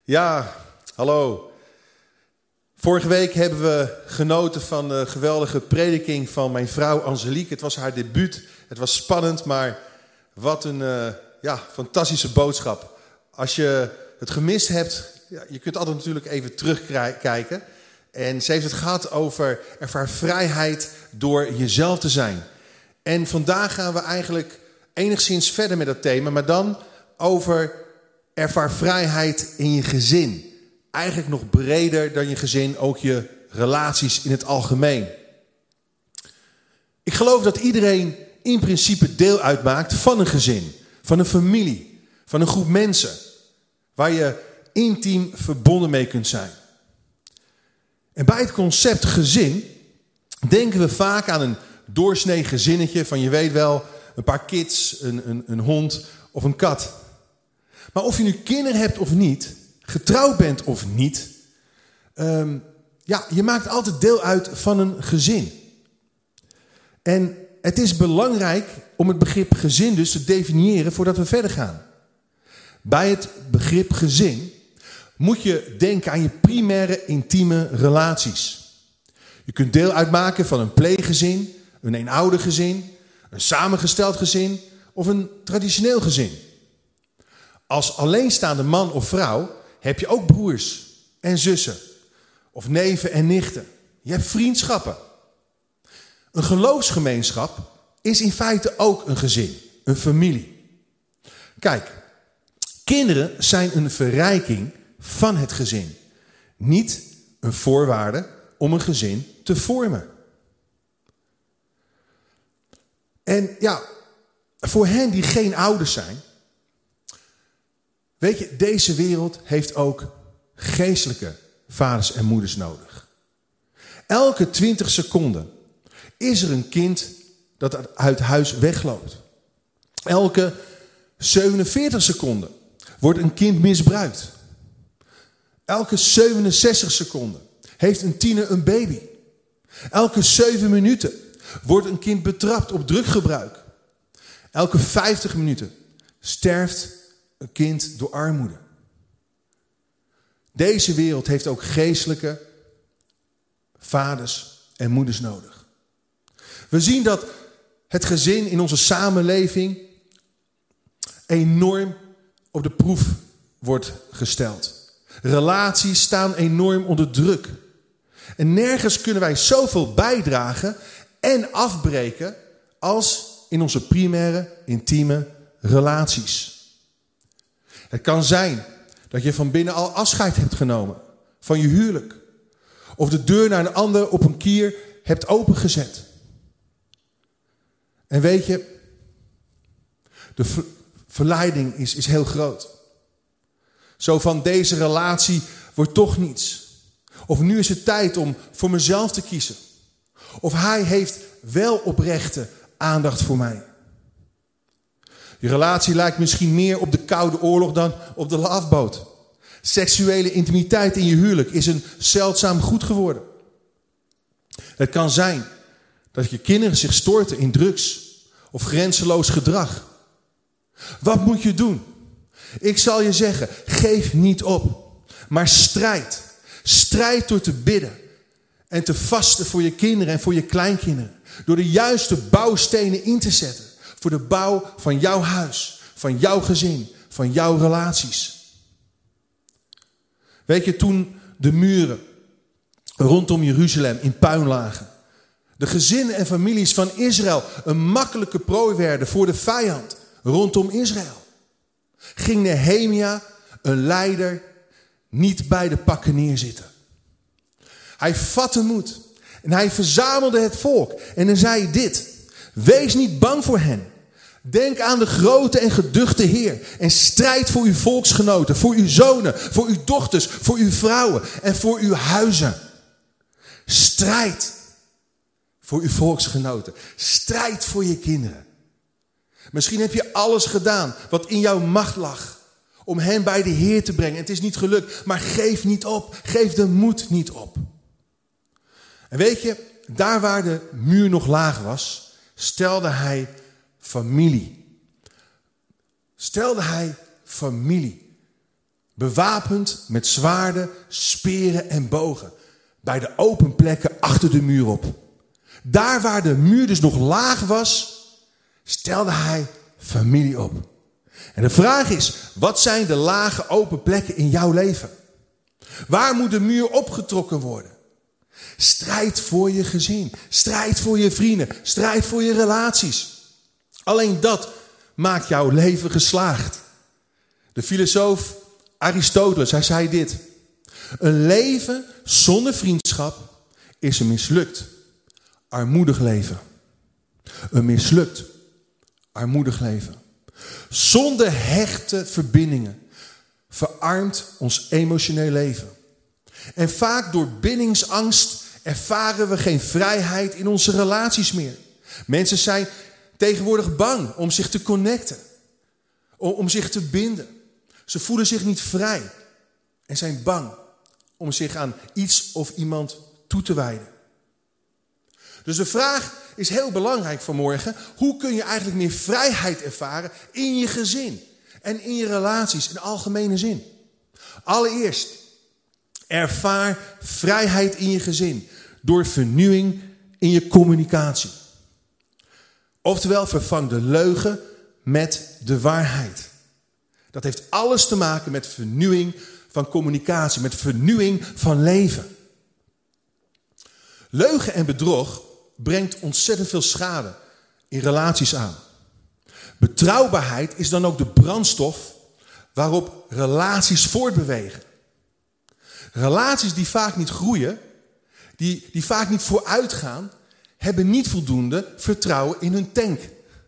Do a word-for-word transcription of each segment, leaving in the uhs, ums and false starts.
Ja, hallo. Vorige week hebben we genoten van de geweldige prediking van mijn vrouw Angelique. Het was haar debuut. Het was spannend, maar wat een uh, ja, fantastische boodschap. Als je het gemist hebt, ja, je kunt altijd natuurlijk even terugkijken. En ze heeft het gehad over ervaar vrijheid door jezelf te zijn. En vandaag gaan we eigenlijk enigszins verder met dat thema, maar dan over ervaar vrijheid in je gezin. Eigenlijk nog breder dan je gezin, ook je relaties in het algemeen. Ik geloof dat iedereen in principe deel uitmaakt van een gezin, van een familie, van een groep mensen, waar je intiem verbonden mee kunt zijn. En bij het concept gezin denken we vaak aan een doorsnee gezinnetje van je weet wel, een paar kids, een, een, een hond of een kat. Maar of je nu kinderen hebt of niet, getrouwd bent of niet, um, ja, je maakt altijd deel uit van een gezin. En het is belangrijk om het begrip gezin dus te definiëren voordat we verder gaan. Bij het begrip gezin moet je denken aan je primaire intieme relaties. Je kunt deel uitmaken van een pleeggezin, een eenouder gezin, een samengesteld gezin of een traditioneel gezin. Als alleenstaande man of vrouw heb je ook broers en zussen of neven en nichten. Je hebt vriendschappen. Een geloofsgemeenschap is in feite ook een gezin, een familie. Kijk, kinderen zijn een verrijking van het gezin. Niet een voorwaarde om een gezin te vormen. En ja, voor hen die geen ouders zijn, weet je, deze wereld heeft ook geestelijke vaders en moeders nodig. Elke twintig seconden is er een kind dat uit huis wegloopt. Elke zevenenveertig seconden wordt een kind misbruikt. Elke zevenenzestig seconden heeft een tiener een baby. Elke zeven minuten wordt een kind betrapt op druggebruik. Elke vijftig minuten sterft een kind door armoede. Deze wereld heeft ook geestelijke vaders en moeders nodig. We zien dat het gezin in onze samenleving enorm op de proef wordt gesteld. Relaties staan enorm onder druk. En nergens kunnen wij zoveel bijdragen en afbreken als in onze primaire, intieme relaties. Het kan zijn dat je van binnen al afscheid hebt genomen van je huwelijk. Of de deur naar een ander op een kier hebt opengezet. En weet je, de ver- verleiding is, is heel groot. Zo van deze relatie wordt toch niets. Of nu is het tijd om voor mezelf te kiezen. Of hij heeft wel oprechte aandacht voor mij. Je relatie lijkt misschien meer op de Koude Oorlog dan op de loveboat. Seksuele intimiteit in je huwelijk is een zeldzaam goed geworden. Het kan zijn dat je kinderen zich storten in drugs of grenzeloos gedrag. Wat moet je doen? Ik zal je zeggen, geef niet op, maar strijd. Strijd door te bidden en te vasten voor je kinderen en voor je kleinkinderen. Door de juiste bouwstenen in te zetten. Voor de bouw van jouw huis, van jouw gezin, van jouw relaties. Weet je, toen de muren rondom Jeruzalem in puin lagen. De gezinnen en families van Israël een makkelijke prooi werden voor de vijand rondom Israël. Ging Nehemia, een leider, niet bij de pakken neerzitten. Hij vatte moed en hij verzamelde het volk en hij zei dit. Wees niet bang voor hen. Denk aan de grote en geduchte Heer. En strijd voor uw volksgenoten, voor uw zonen, voor uw dochters, voor uw vrouwen en voor uw huizen. Strijd voor uw volksgenoten. Strijd voor je kinderen. Misschien heb je alles gedaan wat in jouw macht lag om hen bij de Heer te brengen. Het is niet gelukt, maar geef niet op. Geef de moed niet op. En weet je, daar waar de muur nog laag was, stelde hij familie. Stelde hij familie Bewapend met zwaarden, speren en bogen. Bij de open plekken achter de muur op. Daar waar de muur dus nog laag was, stelde hij familie op. En de vraag is, wat zijn de lage open plekken in jouw leven? Waar moet de muur opgetrokken worden? Strijd voor je gezin. Strijd voor je vrienden. Strijd voor je relaties. Alleen dat maakt jouw leven geslaagd. De filosoof Aristoteles, hij zei dit. Een leven zonder vriendschap is een mislukt, armoedig leven. Een mislukt, armoedig leven. Zonder hechte verbindingen verarmt ons emotioneel leven. En vaak door bindingsangst ervaren we geen vrijheid in onze relaties meer. Mensen zijn tegenwoordig bang om zich te connecten. Om zich te binden. Ze voelen zich niet vrij. En zijn bang om zich aan iets of iemand toe te wijden. Dus de vraag is heel belangrijk vanmorgen. Hoe kun je eigenlijk meer vrijheid ervaren in je gezin? En in je relaties in de algemene zin. Allereerst, ervaar vrijheid in je gezin. Door vernieuwing in je communicatie. Oftewel, vervang de leugen met de waarheid. Dat heeft alles te maken met vernieuwing van communicatie. Met vernieuwing van leven. Leugen en bedrog brengt ontzettend veel schade in relaties aan. Betrouwbaarheid is dan ook de brandstof waarop relaties voortbewegen. Relaties die vaak niet groeien, die, die vaak niet vooruitgaan, hebben niet voldoende vertrouwen in hun tank.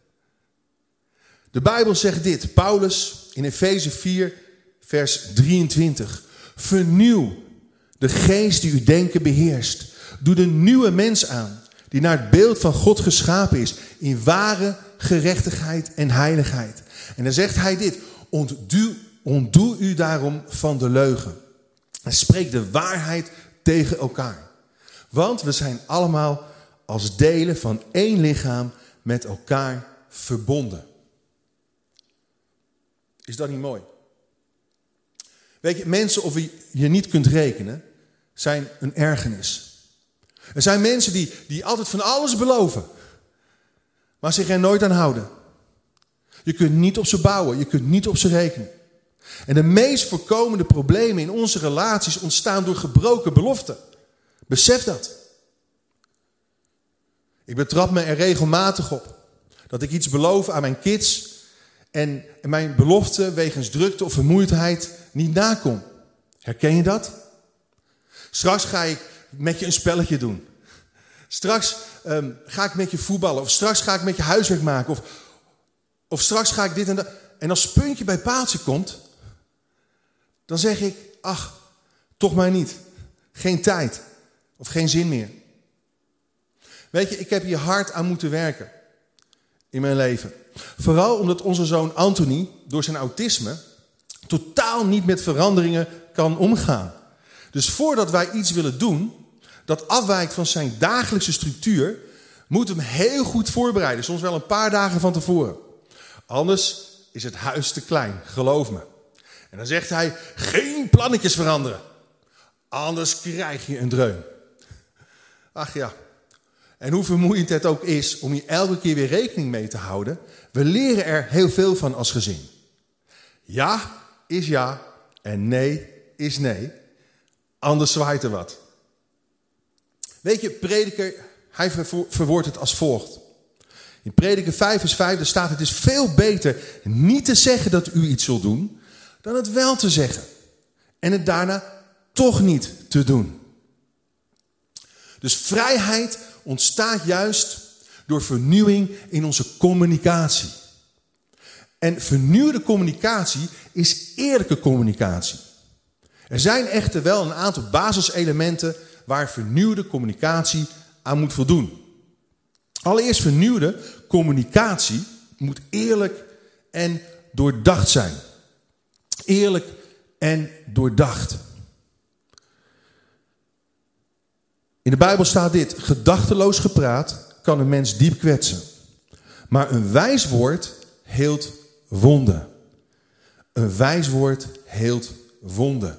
De Bijbel zegt dit, Paulus in Efeze vier, vers drieëntwintig. Vernieuw de geest die uw denken beheerst. Doe de nieuwe mens aan, die naar het beeld van God geschapen is, in ware gerechtigheid en heiligheid. En dan zegt hij dit, ontdoe, ontdoe u daarom van de leugen. En spreek de waarheid tegen elkaar. Want we zijn allemaal als delen van één lichaam met elkaar verbonden. Is dat niet mooi? Weet je, mensen of je je niet kunt rekenen, zijn een ergernis. Er zijn mensen die, die altijd van alles beloven, maar zich er nooit aan houden. Je kunt niet op ze bouwen, je kunt niet op ze rekenen. En de meest voorkomende problemen in onze relaties ontstaan door gebroken beloften. Besef dat. Ik betrap me er regelmatig op dat ik iets beloof aan mijn kids en mijn belofte wegens drukte of vermoeidheid niet nakom. Herken je dat? Straks ga ik met je een spelletje doen. Straks um, ga ik met je voetballen. Of straks ga ik met je huiswerk maken. Of, of straks ga ik dit en dat. En als puntje bij paaltje komt, dan zeg ik, ach, toch maar niet. Geen tijd. Of geen zin meer. Weet je, ik heb hier hard aan moeten werken. In mijn leven. Vooral omdat onze zoon Anthony door zijn autisme totaal niet met veranderingen kan omgaan. Dus voordat wij iets willen doen dat afwijkt van zijn dagelijkse structuur, moeten we hem heel goed voorbereiden. Soms wel een paar dagen van tevoren. Anders is het huis te klein, geloof me. En dan zegt hij, geen plannetjes veranderen. Anders krijg je een dreun. Ach ja. En hoe vermoeiend het ook is om hier elke keer weer rekening mee te houden, we leren er heel veel van als gezin. Ja is ja en nee is nee. Anders zwaait er wat. Weet je, Prediker, hij verwoordt het als volgt. In Prediker vijf vers vijf, daar staat, het is veel beter niet te zeggen dat u iets zult doen, dan het wel te zeggen. En het daarna toch niet te doen. Dus vrijheid ontstaat juist door vernieuwing in onze communicatie. En vernieuwde communicatie is eerlijke communicatie. Er zijn echter wel een aantal basiselementen waar vernieuwde communicatie aan moet voldoen. Allereerst, vernieuwde communicatie moet eerlijk en doordacht zijn. Eerlijk en doordacht. In de Bijbel staat dit: gedachteloos gepraat kan een mens diep kwetsen. Maar een wijs woord heelt wonden. Een wijs woord heelt wonden.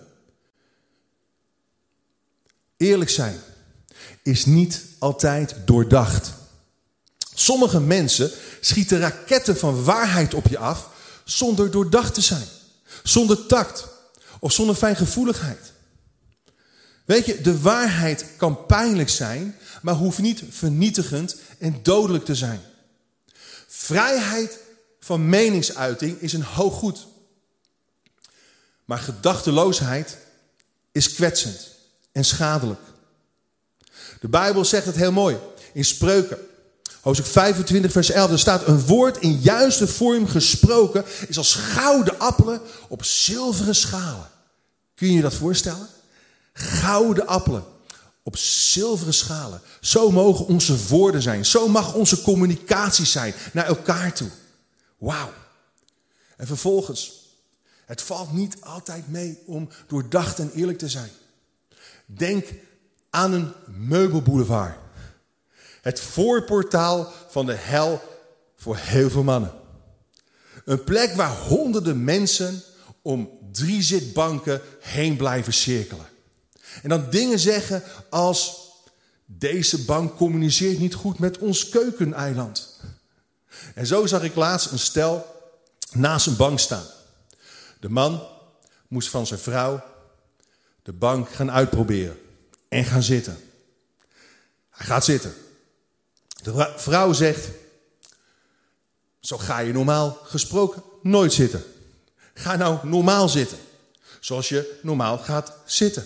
Eerlijk zijn is niet altijd doordacht. Sommige mensen schieten raketten van waarheid op je af zonder doordacht te zijn. Zonder tact of zonder fijngevoeligheid. Weet je, de waarheid kan pijnlijk zijn, maar hoeft niet vernietigend en dodelijk te zijn. Vrijheid van meningsuiting is een hoog goed. Maar gedachteloosheid is kwetsend en schadelijk. De Bijbel zegt het heel mooi in Spreuken. Hoofdstuk vijfentwintig vers elf. Er staat: een woord in juiste vorm gesproken is als gouden appelen op zilveren schalen. Kun je je dat voorstellen? Gouden appelen op zilveren schalen. Zo mogen onze woorden zijn. Zo mag onze communicatie zijn naar elkaar toe. Wauw. En vervolgens, het valt niet altijd mee om doordacht en eerlijk te zijn. Denk aan een meubelboulevard. Het voorportaal van de hel voor heel veel mannen. Een plek waar honderden mensen om drie zitbanken heen blijven cirkelen. En dan dingen zeggen als: deze bank communiceert niet goed met ons keukeneiland. En zo zag ik laatst een stel naast een bank staan. De man moest van zijn vrouw de bank gaan uitproberen en gaan zitten. Hij gaat zitten. De vrouw zegt: zo ga je normaal gesproken nooit zitten. Ga nou normaal zitten. Zoals je normaal gaat zitten.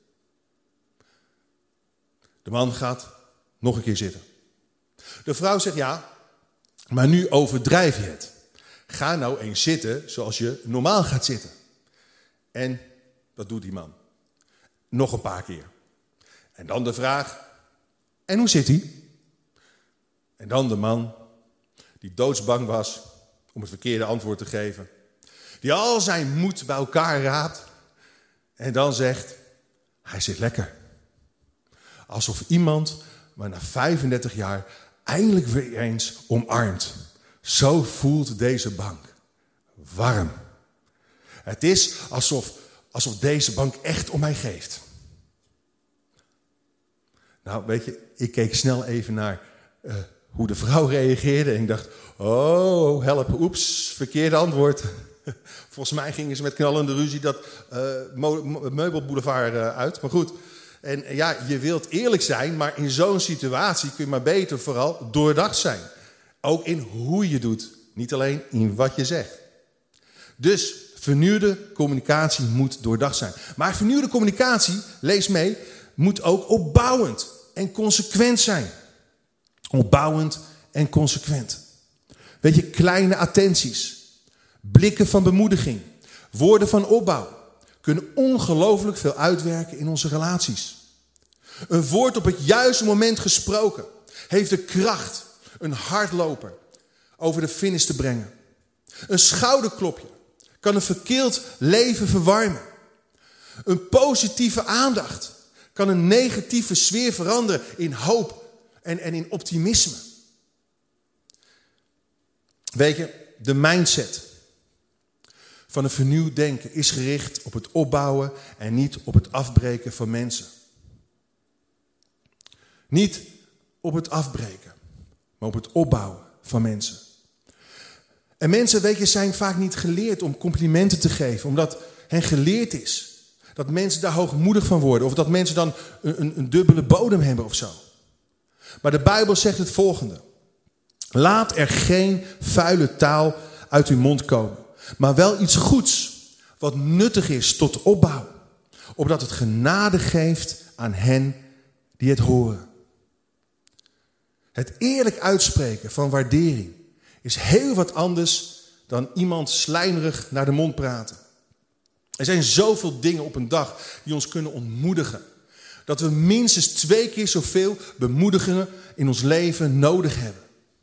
De man gaat nog een keer zitten. De vrouw zegt: ja, maar nu overdrijf je het. Ga nou eens zitten zoals je normaal gaat zitten. En dat doet die man. Nog een paar keer. En dan de vraag: en hoe zit hij? En dan de man die doodsbang was om het verkeerde antwoord te geven. Die al zijn moed bij elkaar raadt. En dan zegt: hij zit lekker. Alsof iemand maar na vijfendertig jaar eindelijk weer eens omarmt. Zo voelt deze bank. Warm. Het is alsof, alsof deze bank echt om mij geeft. Nou, weet je, ik keek snel even naar uh, hoe de vrouw reageerde. En ik dacht: oh, help, oeps, verkeerde antwoord. Volgens mij gingen ze met knallende ruzie dat uh, meubelboulevard uh, uit. Maar goed. En ja, je wilt eerlijk zijn, maar in zo'n situatie kun je maar beter vooral doordacht zijn. Ook in hoe je doet, niet alleen in wat je zegt. Dus vernieuwde communicatie moet doordacht zijn. Maar vernieuwde communicatie, lees mee, moet ook opbouwend en consequent zijn. Opbouwend en consequent. Weet je, kleine attenties, blikken van bemoediging, woorden van opbouw kunnen ongelooflijk veel uitwerken in onze relaties. Een woord op het juiste moment gesproken heeft de kracht een hardloper over de finish te brengen. Een schouderklopje kan een verkeeld leven verwarmen. Een positieve aandacht kan een negatieve sfeer veranderen in hoop en, en in optimisme. Weet je, de mindset van een vernieuwd denken is gericht op het opbouwen en niet op het afbreken van mensen. Niet op het afbreken, maar op het opbouwen van mensen. En mensen, weet je, zijn vaak niet geleerd om complimenten te geven, omdat hen geleerd is dat mensen daar hoogmoedig van worden, of dat mensen dan een, een, een dubbele bodem hebben of zo. Maar de Bijbel zegt het volgende: laat er geen vuile taal uit uw mond komen, maar wel iets goeds wat nuttig is tot opbouw, opdat het genade geeft aan hen die het horen. Het eerlijk uitspreken van waardering is heel wat anders dan iemand slijmerig naar de mond praten. Er zijn zoveel dingen op een dag die ons kunnen ontmoedigen, dat we minstens twee keer zoveel bemoedigingen in ons leven nodig hebben.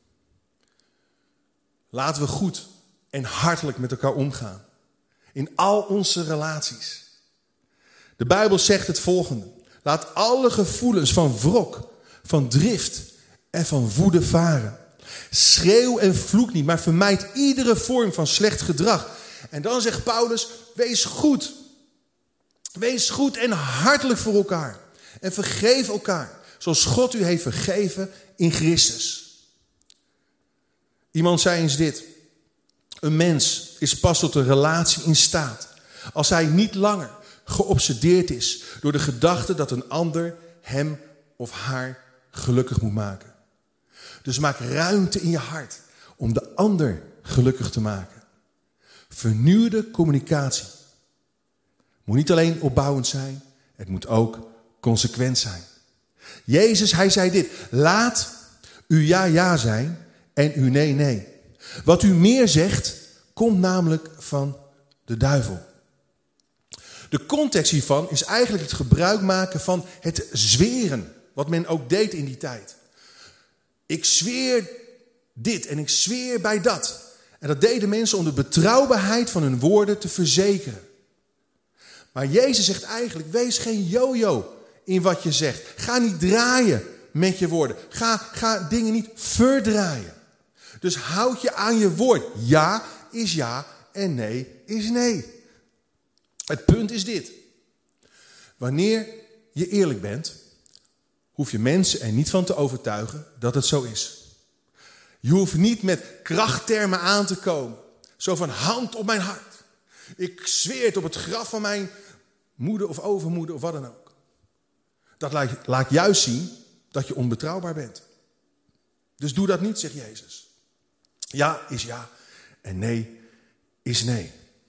Laten we goed en hartelijk met elkaar omgaan. In al onze relaties. De Bijbel zegt het volgende: laat alle gevoelens van wrok, van drift en van woede varen. Schreeuw en vloek niet, maar vermijd iedere vorm van slecht gedrag. En dan zegt Paulus: wees goed Wees goed en hartelijk voor elkaar. En vergeef elkaar, zoals God u heeft vergeven in Christus. Iemand zei eens dit. Een mens is pas tot een relatie in staat als hij niet langer geobsedeerd is door de gedachte dat een ander hem of haar gelukkig moet maken. Dus maak ruimte in je hart om de ander gelukkig te maken. Vernieuwde communicatie moet niet alleen opbouwend zijn, het moet ook consequent zijn. Jezus, hij zei dit: laat uw ja ja zijn en uw nee nee. Wat u meer zegt, komt namelijk van de duivel. De context hiervan is eigenlijk het gebruik maken van het zweren, wat men ook deed in die tijd. Ik zweer dit en ik zweer bij dat. En dat deden mensen om de betrouwbaarheid van hun woorden te verzekeren. Maar Jezus zegt eigenlijk, wees geen yo-yo in wat je zegt. Ga niet draaien met je woorden. Ga, ga dingen niet verdraaien. Dus houd je aan je woord. Ja is ja en nee is nee. Het punt is dit. Wanneer je eerlijk bent, hoef je mensen er niet van te overtuigen dat het zo is. Je hoeft niet met krachttermen aan te komen. Zo van hand op mijn hart. Ik zweer het op het graf van mijn moeder of overmoeder of wat dan ook. Dat laat, laat juist zien dat je onbetrouwbaar bent. Dus doe dat niet, zegt Jezus. Ja is ja en nee is nee.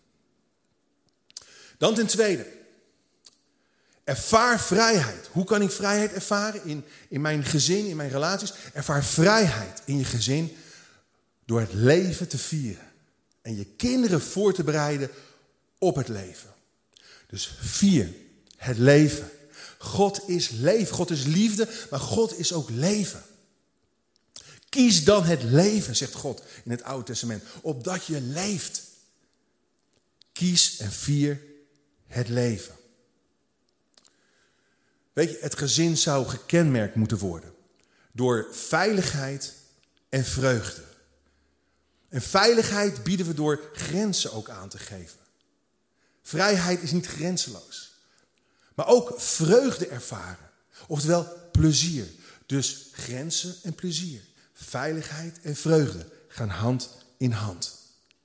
Dan ten tweede. Ervaar vrijheid. Hoe kan ik vrijheid ervaren in, in mijn gezin, in mijn relaties? Ervaar vrijheid in je gezin door het leven te vieren. En je kinderen voor te bereiden op het leven. Dus vier het leven. God is leven. God is liefde, maar God is ook leven. Kies dan het leven, zegt God in het Oude Testament, opdat je leeft. Kies en vier het leven. Weet je, het gezin zou gekenmerkt moeten worden door veiligheid en vreugde. En veiligheid bieden we door grenzen ook aan te geven. Vrijheid is niet grenzeloos. Maar ook vreugde ervaren. Oftewel plezier. Dus grenzen en plezier. Veiligheid en vreugde gaan hand in hand.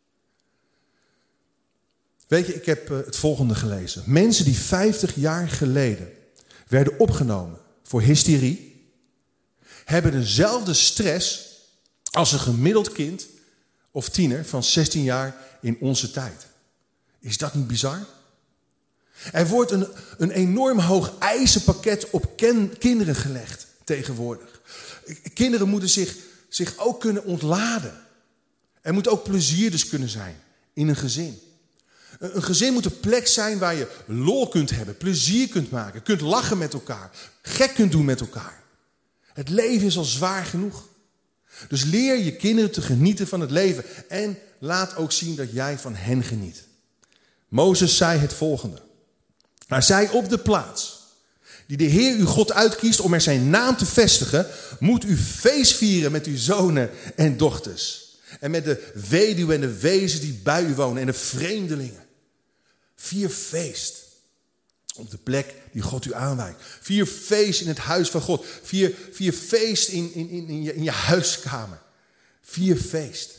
Weet je, ik heb het volgende gelezen. Mensen die vijftig jaar geleden werden opgenomen voor hysterie, hebben dezelfde stress als een gemiddeld kind of tiener van zestien jaar in onze tijd. Is dat niet bizar? Er wordt een, een enorm hoog eisenpakket op ken, kinderen gelegd tegenwoordig. Kinderen moeten zich, zich ook kunnen ontladen. Er moet ook plezier dus kunnen zijn in een gezin. Een gezin moet een plek zijn waar je lol kunt hebben, plezier kunt maken, kunt lachen met elkaar, gek kunt doen met elkaar. Het leven is al zwaar genoeg. Dus leer je kinderen te genieten van het leven en laat ook zien dat jij van hen geniet. Mozes zei het volgende. Hij zei op de plaats die de Heer uw God uitkiest om er zijn naam te vestigen, moet u feest vieren met uw zonen en dochters. En met de weduwen en de wezen die bij u wonen en de vreemdelingen. Vier feest op de plek die God u aanwijkt. Vier feest in het huis van God. Vier, vier feest in, in, in, in, je, in je huiskamer. Vier feest.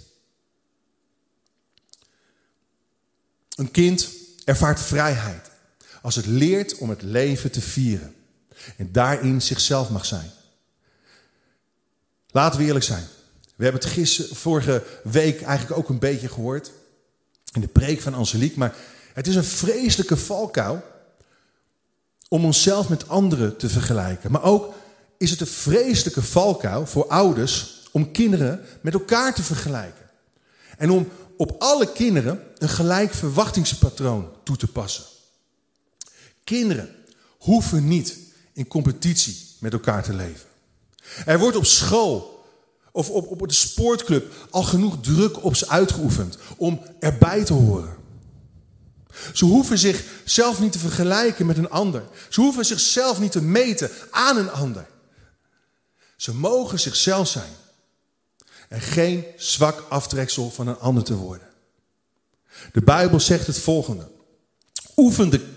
Een kind ervaart vrijheid als het leert om het leven te vieren. En daarin zichzelf mag zijn. Laten we eerlijk zijn. We hebben het gisteren, vorige week eigenlijk ook een beetje gehoord. In de preek van Angelique. Maar het is een vreselijke valkuil om onszelf met anderen te vergelijken. Maar ook is het een vreselijke valkuil voor ouders om kinderen met elkaar te vergelijken. En om op alle kinderen een gelijk verwachtingspatroon toe te passen. Kinderen hoeven niet in competitie met elkaar te leven. Er wordt op school of op, op de sportclub al genoeg druk op ze uitgeoefend om erbij te horen. Ze hoeven zichzelf niet te vergelijken met een ander. Ze hoeven zichzelf niet te meten aan een ander. Ze mogen zichzelf zijn. En geen zwak aftreksel van een ander te worden. De Bijbel zegt het volgende. Oefen de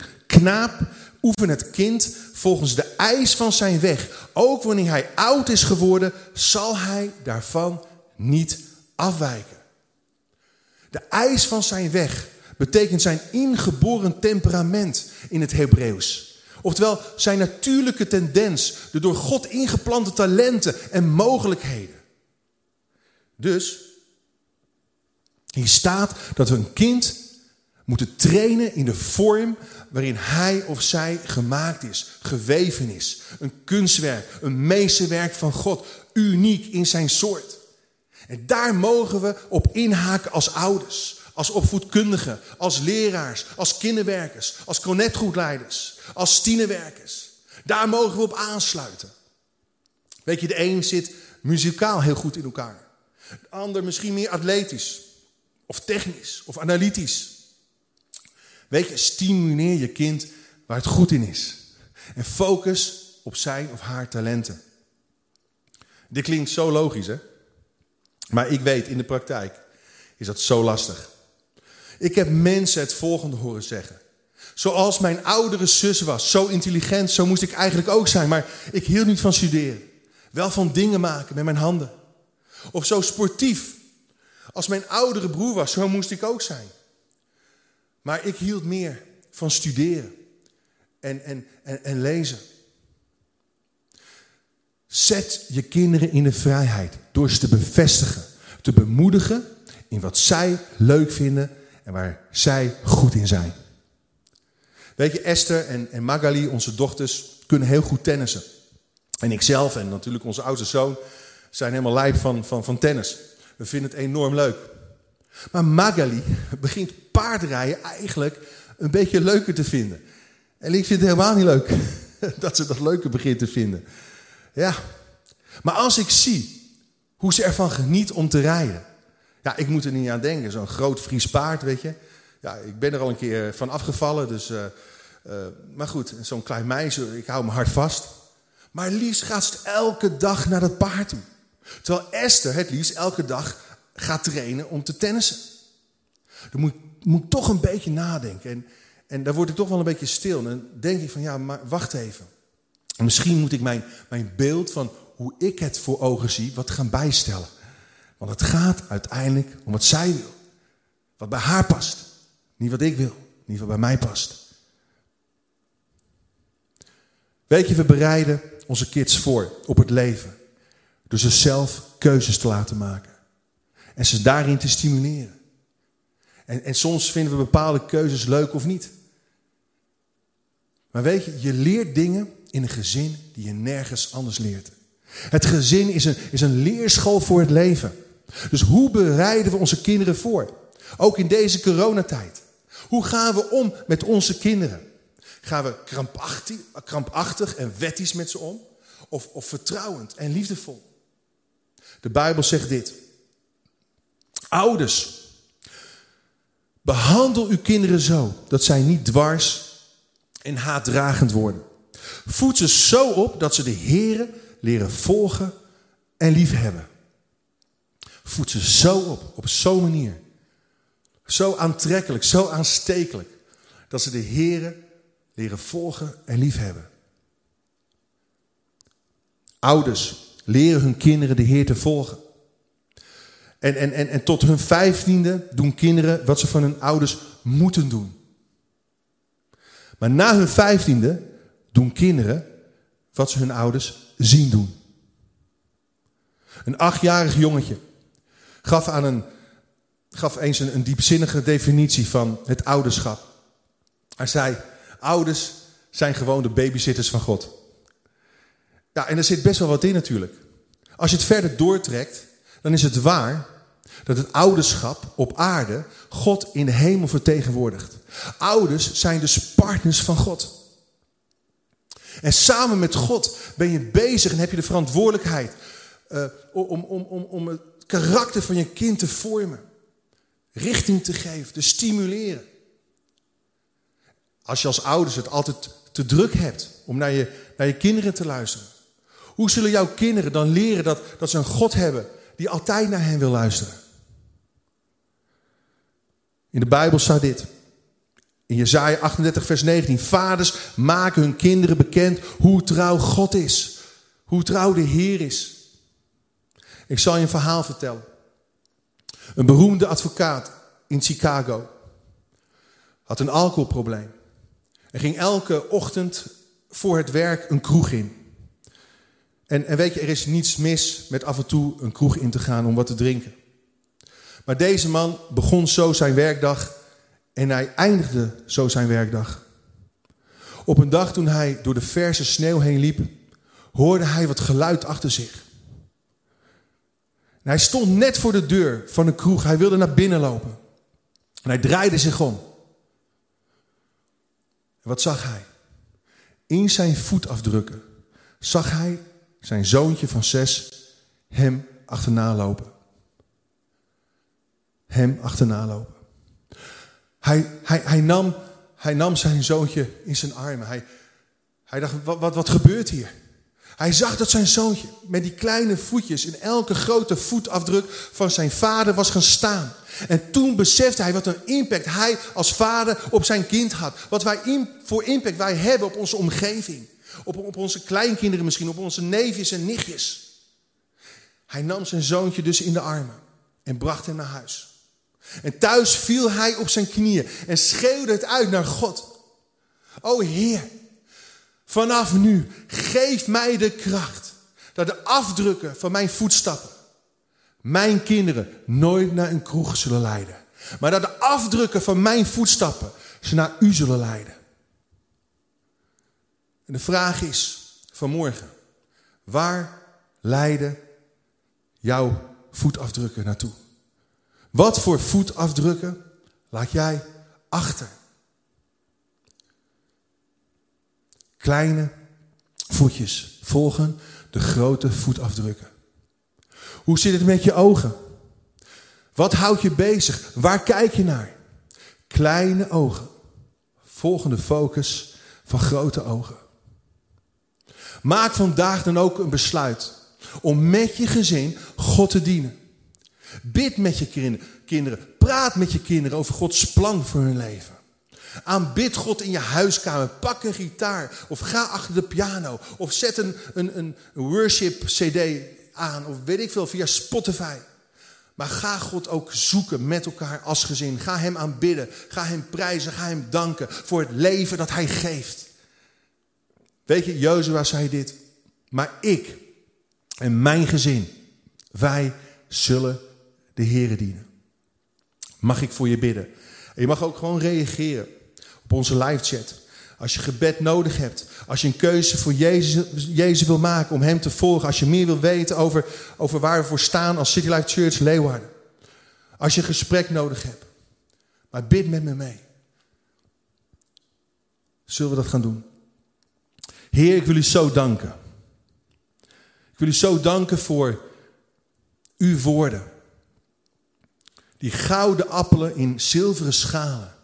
knaap, oefen het kind volgens de eis van zijn weg. Ook wanneer hij oud is geworden, zal hij daarvan niet afwijken. De eis van zijn weg betekent zijn ingeboren temperament in het Hebreeuws. Oftewel zijn natuurlijke tendens, de door God ingeplante talenten en mogelijkheden. Dus, hier staat dat we een kind moeten trainen in de vorm waarin hij of zij gemaakt is, geweven is. Een kunstwerk, een meesterwerk van God, uniek in zijn soort. En daar mogen we op inhaken als ouders, als opvoedkundigen, als leraars, als kinderwerkers, als cornetgroepleiders, als tienerwerkers. Daar mogen we op aansluiten. Weet je, de een zit muzikaal heel goed in elkaar. De ander misschien meer atletisch, of technisch, of analytisch. Weet je, stimuleer je kind waar het goed in is. En focus op zijn of haar talenten. Dit klinkt zo logisch, hè? Maar ik weet, in de praktijk is dat zo lastig. Ik heb mensen het volgende horen zeggen. Zoals mijn oudere zus was, zo intelligent, zo moest ik eigenlijk ook zijn. Maar ik hield niet van studeren. Wel van dingen maken met mijn handen. Of zo sportief. Als mijn oudere broer was, zo moest ik ook zijn. Maar ik hield meer van studeren en, en, en, en lezen. Zet je kinderen in de vrijheid door ze te bevestigen, te bemoedigen in wat zij leuk vinden en waar zij goed in zijn. Weet je, Esther en, en Magali, onze dochters, kunnen heel goed tennissen. En ikzelf en natuurlijk onze oudste zoon zijn helemaal lijp van, van, van tennis. We vinden het enorm leuk. Maar Magali begint paardrijden eigenlijk een beetje leuker te vinden. En ik vind het helemaal niet leuk dat ze dat leuker begint te vinden. Ja, maar als ik zie hoe ze ervan geniet om te rijden. Ja, ik moet er niet aan denken. Zo'n groot Fries paard, weet je. Ja, ik ben er al een keer van afgevallen. Dus, uh, uh, maar goed, zo'n klein meisje, ik hou me hard vast. Maar liefst gaat ze elke dag naar dat paard toe. Terwijl Esther het liefst elke dag gaat trainen om te tennissen. Dan moet, moet ik toch een beetje nadenken. En, en daar word ik toch wel een beetje stil. En dan denk ik van ja, maar wacht even. Misschien moet ik mijn, mijn beeld van hoe ik het voor ogen zie wat gaan bijstellen. Want het gaat uiteindelijk om wat zij wil. Wat bij haar past. Niet wat ik wil. Niet wat bij mij past. Weet je, we bereiden onze kids voor op het leven. Door ze zelf keuzes te laten maken. En ze daarin te stimuleren. En, en soms vinden we bepaalde keuzes leuk of niet. Maar weet je, je leert dingen in een gezin die je nergens anders leert. Het gezin is een, is een leerschool voor het leven. Dus hoe bereiden we onze kinderen voor? Ook in deze coronatijd. Hoe gaan we om met onze kinderen? Gaan we krampachtig, krampachtig en wettisch met ze om? Of, of vertrouwend en liefdevol? De Bijbel zegt dit. Ouders, behandel uw kinderen zo dat zij niet dwars en haatdragend worden. Voed ze zo op dat ze de Here leren volgen en liefhebben. Voed ze zo op, op zo'n manier. Zo aantrekkelijk, zo aanstekelijk. Dat ze de Here leren volgen en liefhebben. Ouders leren hun kinderen de Heer te volgen. En, en, en, en tot hun vijftiende doen kinderen wat ze van hun ouders moeten doen. Maar na hun vijftiende doen kinderen wat ze hun ouders zien doen. Een achtjarig jongetje gaf, aan een, gaf eens een, een diepzinnige definitie van het ouderschap. Hij zei, ouders zijn gewoon de babysitters van God. Ja, en er zit best wel wat in natuurlijk. Als je het verder doortrekt, dan is het waar dat het ouderschap op aarde God in de hemel vertegenwoordigt. Ouders zijn dus partners van God. En samen met God ben je bezig en heb je de verantwoordelijkheid uh, om, om, om, om het karakter van je kind te vormen. Richting te geven, te stimuleren. Als je als ouders het altijd te druk hebt om naar je, naar je kinderen te luisteren. Hoe zullen jouw kinderen dan leren dat, dat ze een God hebben die altijd naar hen wil luisteren? In de Bijbel staat dit. In Jesaja achtendertig vers negentien. Vaders maken hun kinderen bekend hoe trouw God is. Hoe trouw de Heer is. Ik zal je een verhaal vertellen. Een beroemde advocaat in Chicago had een alcoholprobleem. En ging elke ochtend voor het werk een kroeg in. En, en weet je, er is niets mis met af en toe een kroeg in te gaan om wat te drinken. Maar deze man begon zo zijn werkdag en hij eindigde zo zijn werkdag. Op een dag toen hij door de verse sneeuw heen liep, hoorde hij wat geluid achter zich. En hij stond net voor de deur van de kroeg. Hij wilde naar binnen lopen. En hij draaide zich om. En wat zag hij? In zijn voetafdrukken zag hij zijn zoontje van zes hem achterna lopen. Hem achterna lopen. Hij, hij, hij, nam, hij nam zijn zoontje in zijn armen. Hij, hij dacht, wat, wat, wat gebeurt hier? Hij zag dat zijn zoontje met die kleine voetjes in elke grote voetafdruk van zijn vader was gaan staan. En toen besefte hij wat een impact hij als vader op zijn kind had. Wat wij in, voor impact wij hebben op onze omgeving. Op, op onze kleinkinderen misschien, op onze neefjes en nichtjes. Hij nam zijn zoontje dus in de armen en bracht hem naar huis. En thuis viel hij op zijn knieën en schreeuwde het uit naar God. O Heer, vanaf nu geef mij de kracht dat de afdrukken van mijn voetstappen mijn kinderen nooit naar een kroeg zullen leiden. Maar dat de afdrukken van mijn voetstappen ze naar u zullen leiden. En de vraag is vanmorgen, waar leiden jouw voetafdrukken naartoe? Wat voor voetafdrukken laat jij achter? Kleine voetjes volgen de grote voetafdrukken. Hoe zit het met je ogen? Wat houdt je bezig? Waar kijk je naar? Kleine ogen volgen de focus van grote ogen. Maak vandaag dan ook een besluit om met je gezin God te dienen. Bid met je kinderen. Praat met je kinderen over Gods plan voor hun leven. Aanbid God in je huiskamer. Pak een gitaar. Of ga achter de piano. Of zet een, een, een worship cd aan. Of weet ik veel, via Spotify. Maar ga God ook zoeken met elkaar als gezin. Ga hem aanbidden. Ga hem prijzen. Ga hem danken voor het leven dat hij geeft. Weet je, Jozua zei dit. Maar ik en mijn gezin, wij zullen de Heere dienen. Mag ik voor je bidden? En je mag ook gewoon reageren op onze live chat. Als je gebed nodig hebt. Als je een keuze voor Jezus, Jezus wil maken om hem te volgen. Als je meer wil weten over, over waar we voor staan als City Life Church Leeuwarden. Als je een gesprek nodig hebt. Maar bid met me mee. Zullen we dat gaan doen? Heer, ik wil u zo danken. Ik wil u zo danken voor uw woorden. Die gouden appelen in zilveren schalen.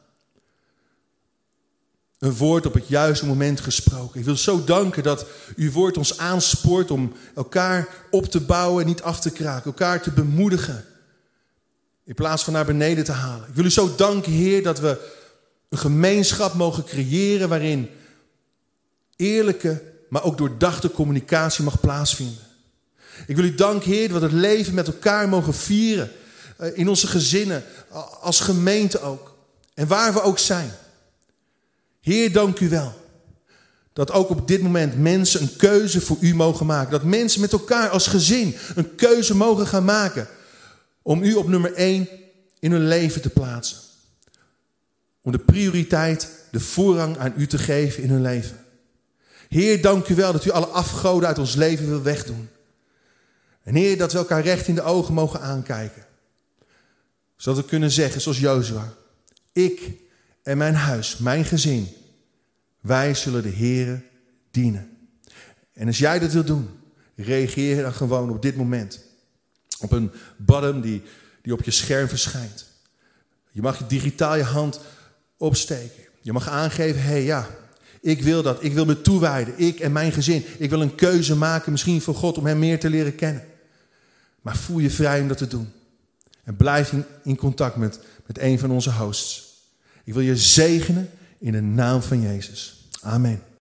Een woord op het juiste moment gesproken. Ik wil zo danken dat uw woord ons aanspoort om elkaar op te bouwen en niet af te kraken. Elkaar te bemoedigen. In plaats van naar beneden te halen. Ik wil u zo danken, Heer, dat we een gemeenschap mogen creëren waarin eerlijke, maar ook doordachte communicatie mag plaatsvinden. Ik wil u danken, Heer, dat we het leven met elkaar mogen vieren. In onze gezinnen, als gemeente ook. En waar we ook zijn. Heer, dank u wel. Dat ook op dit moment mensen een keuze voor u mogen maken. Dat mensen met elkaar als gezin een keuze mogen gaan maken. Om u op nummer één in hun leven te plaatsen. Om de prioriteit, de voorrang aan u te geven in hun leven. Heer, dank u wel dat u alle afgoden uit ons leven wil wegdoen. En Heer, dat we elkaar recht in de ogen mogen aankijken. Zodat we kunnen zeggen, zoals Jozua. Ik en mijn huis, mijn gezin, wij zullen de Heere dienen. En als jij dat wil doen, reageer dan gewoon op dit moment. Op een button die, die op je scherm verschijnt. Je mag digitaal je hand opsteken. Je mag aangeven, hé hey, ja, ik wil dat. Ik wil me toewijden. Ik en mijn gezin. Ik wil een keuze maken misschien voor God om hem meer te leren kennen. Maar voel je vrij om dat te doen. En blijf in, in contact met, met een van onze hosts. Ik wil je zegenen In de naam van Jezus. Amen.